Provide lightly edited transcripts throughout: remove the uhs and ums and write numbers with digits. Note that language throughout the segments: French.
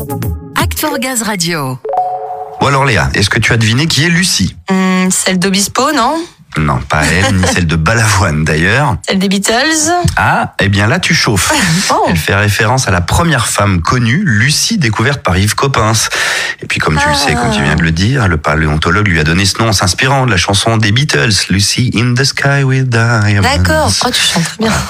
Act for Gaz Radio. Bon alors Léa, est-ce que tu as deviné qui est Lucie ? Celle d'Obispo, non ? Non, pas elle, ni celle de Balavoine d'ailleurs. Celle des Beatles ? Ah, eh bien là tu chauffes. Oh. Elle fait référence à la première femme connue, Lucie, découverte par Yves Coppens. Et puis comme tu le sais, comme tu viens de le dire, le paléontologue lui a donné ce nom en s'inspirant de la chanson des Beatles, Lucy in the Sky with Diamonds. D'accord, oh, tu chantes très bien.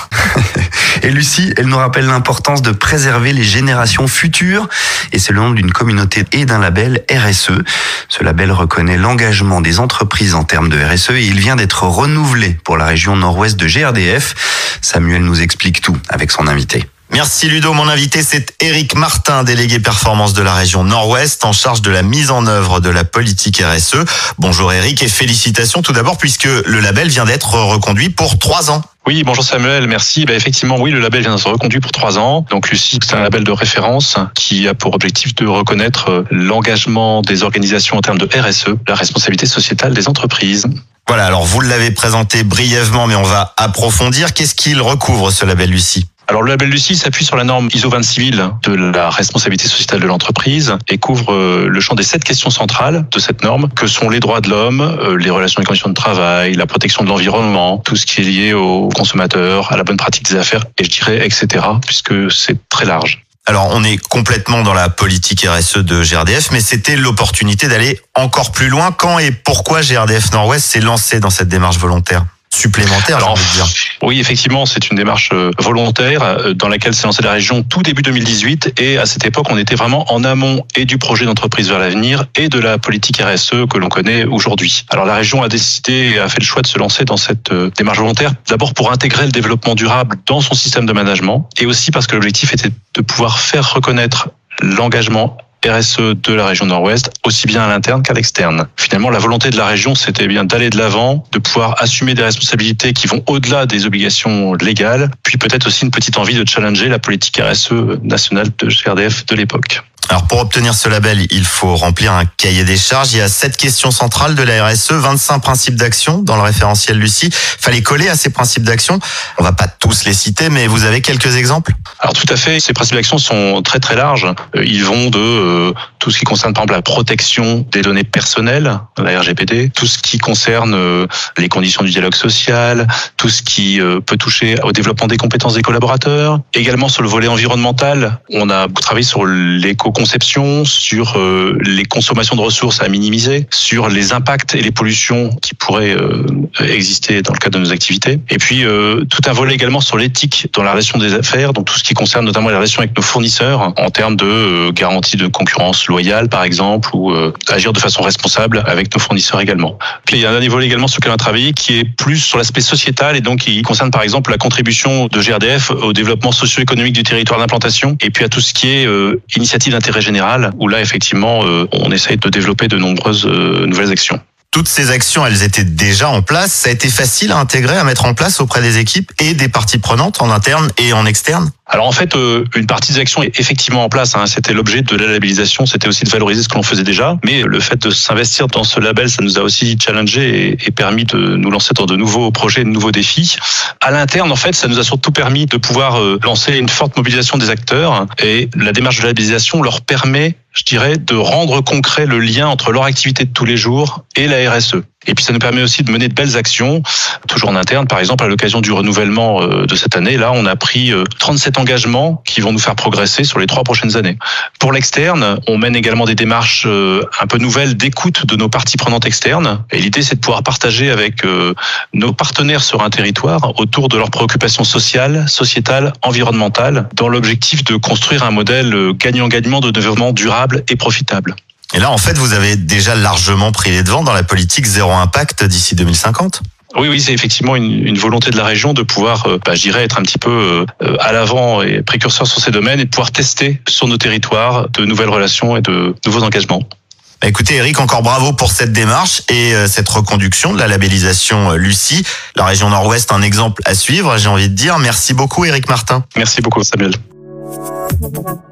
Et Lucie, elle nous rappelle l'importance de préserver les générations futures. Et c'est le nom d'une communauté et d'un label RSE. Ce label reconnaît l'engagement des entreprises en termes de RSE et il vient d'être renouvelé pour la région nord-ouest de GRDF. Samuel nous explique tout avec son invité. Merci Ludo, mon invité c'est Éric Martin, délégué performance de la région Nord-Ouest en charge de la mise en œuvre de la politique RSE. Bonjour Éric et félicitations tout d'abord puisque le label vient d'être reconduit pour 3 ans. Oui, bonjour Samuel, merci. Effectivement, oui, le label vient d'être reconduit pour 3 ans. Donc Lucie, c'est un label de référence qui a pour objectif de reconnaître l'engagement des organisations en termes de RSE, la responsabilité sociétale des entreprises. Voilà, alors vous l'avez présenté brièvement, mais on va approfondir. Qu'est-ce qu'il recouvre ce label Lucie ? Alors le label Lucie s'appuie sur la norme ISO 20000 de la responsabilité sociétale de l'entreprise et couvre le champ des 7 questions centrales de cette norme, que sont les droits de l'homme, les relations et conditions de travail, la protection de l'environnement, tout ce qui est lié aux consommateurs, à la bonne pratique des affaires, et je dirais etc., puisque c'est très large. Alors, on est complètement dans la politique RSE de GRDF, mais c'était l'opportunité d'aller encore plus loin. Quand et pourquoi GRDF Nord-Ouest s'est lancé dans cette démarche volontaire supplémentaire, j'ai envie de dire. Oui, effectivement, c'est une démarche volontaire dans laquelle s'est lancée la région tout début 2018. Et à cette époque, on était vraiment en amont et du projet d'entreprise vers l'avenir et de la politique RSE que l'on connaît aujourd'hui. Alors la région a décidé et a fait le choix de se lancer dans cette démarche volontaire, d'abord pour intégrer le développement durable dans son système de management et aussi parce que l'objectif était de pouvoir faire reconnaître l'engagement RSE de la région Nord-Ouest, aussi bien à l'interne qu'à l'externe. Finalement, la volonté de la région, c'était bien d'aller de l'avant, de pouvoir assumer des responsabilités qui vont au-delà des obligations légales, puis peut-être aussi une petite envie de challenger la politique RSE nationale de GRDF de l'époque. Alors pour obtenir ce label, il faut remplir un cahier des charges. Il y a 7 questions centrales de la RSE, 25 principes d'action dans le référentiel Lucie. Fallait coller à ces principes d'action. On va pas tous les citer, mais vous avez quelques exemples ? Alors tout à fait, ces principes d'action sont très très larges. Ils vont de tout ce qui concerne par exemple la protection des données personnelles, la RGPD, tout ce qui concerne les conditions du dialogue social, tout ce qui peut toucher au développement des compétences des collaborateurs. Également sur le volet environnemental, on a beaucoup travaillé sur l'éco-conception, sur les consommations de ressources à minimiser, sur les impacts et les pollutions qui pourraient exister dans le cadre de nos activités. Et puis tout un volet également sur l'éthique dans la relation des affaires, donc tout ce qui concerne notamment les relations avec nos fournisseurs en termes de garantie de concurrence loyale par exemple, ou agir de façon responsable avec nos fournisseurs également. Puis il y a un dernier volet également sur lequel on a travaillé qui est plus sur l'aspect sociétal et donc qui concerne par exemple la contribution de GRDF au développement socio-économique du territoire d'implantation et puis à tout ce qui est initiative d'intérêt général où là effectivement on essaye de développer de nombreuses nouvelles actions. Toutes ces actions, elles étaient déjà en place. Ça a été facile à intégrer, à mettre en place auprès des équipes et des parties prenantes en interne et en externe ? Alors en fait, une partie des actions est effectivement en place. C'était l'objet de la labellisation, c'était aussi de valoriser ce que l'on faisait déjà. Mais le fait de s'investir dans ce label, ça nous a aussi challengé et permis de nous lancer dans de nouveaux projets, de nouveaux défis. À l'interne, en fait, ça nous a surtout permis de pouvoir lancer une forte mobilisation des acteurs. Et la démarche de labellisation leur permet, je dirais, de rendre concret le lien entre leur activité de tous les jours et la RSE. Et puis ça nous permet aussi de mener de belles actions, toujours en interne. Par exemple, à l'occasion du renouvellement de cette année, là, on a pris 37 engagements qui vont nous faire progresser sur les 3 prochaines années. Pour l'externe, on mène également des démarches un peu nouvelles d'écoute de nos parties prenantes externes. Et l'idée, c'est de pouvoir partager avec nos partenaires sur un territoire autour de leurs préoccupations sociales, sociétales, environnementales, dans l'objectif de construire un modèle gagnant-gagnant de développement durable et profitable. Et là, en fait, vous avez déjà largement pris les devants dans la politique zéro impact d'ici 2050 ? Oui, c'est effectivement une volonté de la région de pouvoir, je dirais, être un petit peu à l'avant et précurseur sur ces domaines et de pouvoir tester sur nos territoires de nouvelles relations et de nouveaux engagements. Écoutez Éric, encore bravo pour cette démarche et cette reconduction de la labellisation Lucie. La région Nord-Ouest, un exemple à suivre, j'ai envie de dire. Merci beaucoup Éric Martin. Merci beaucoup Samuel.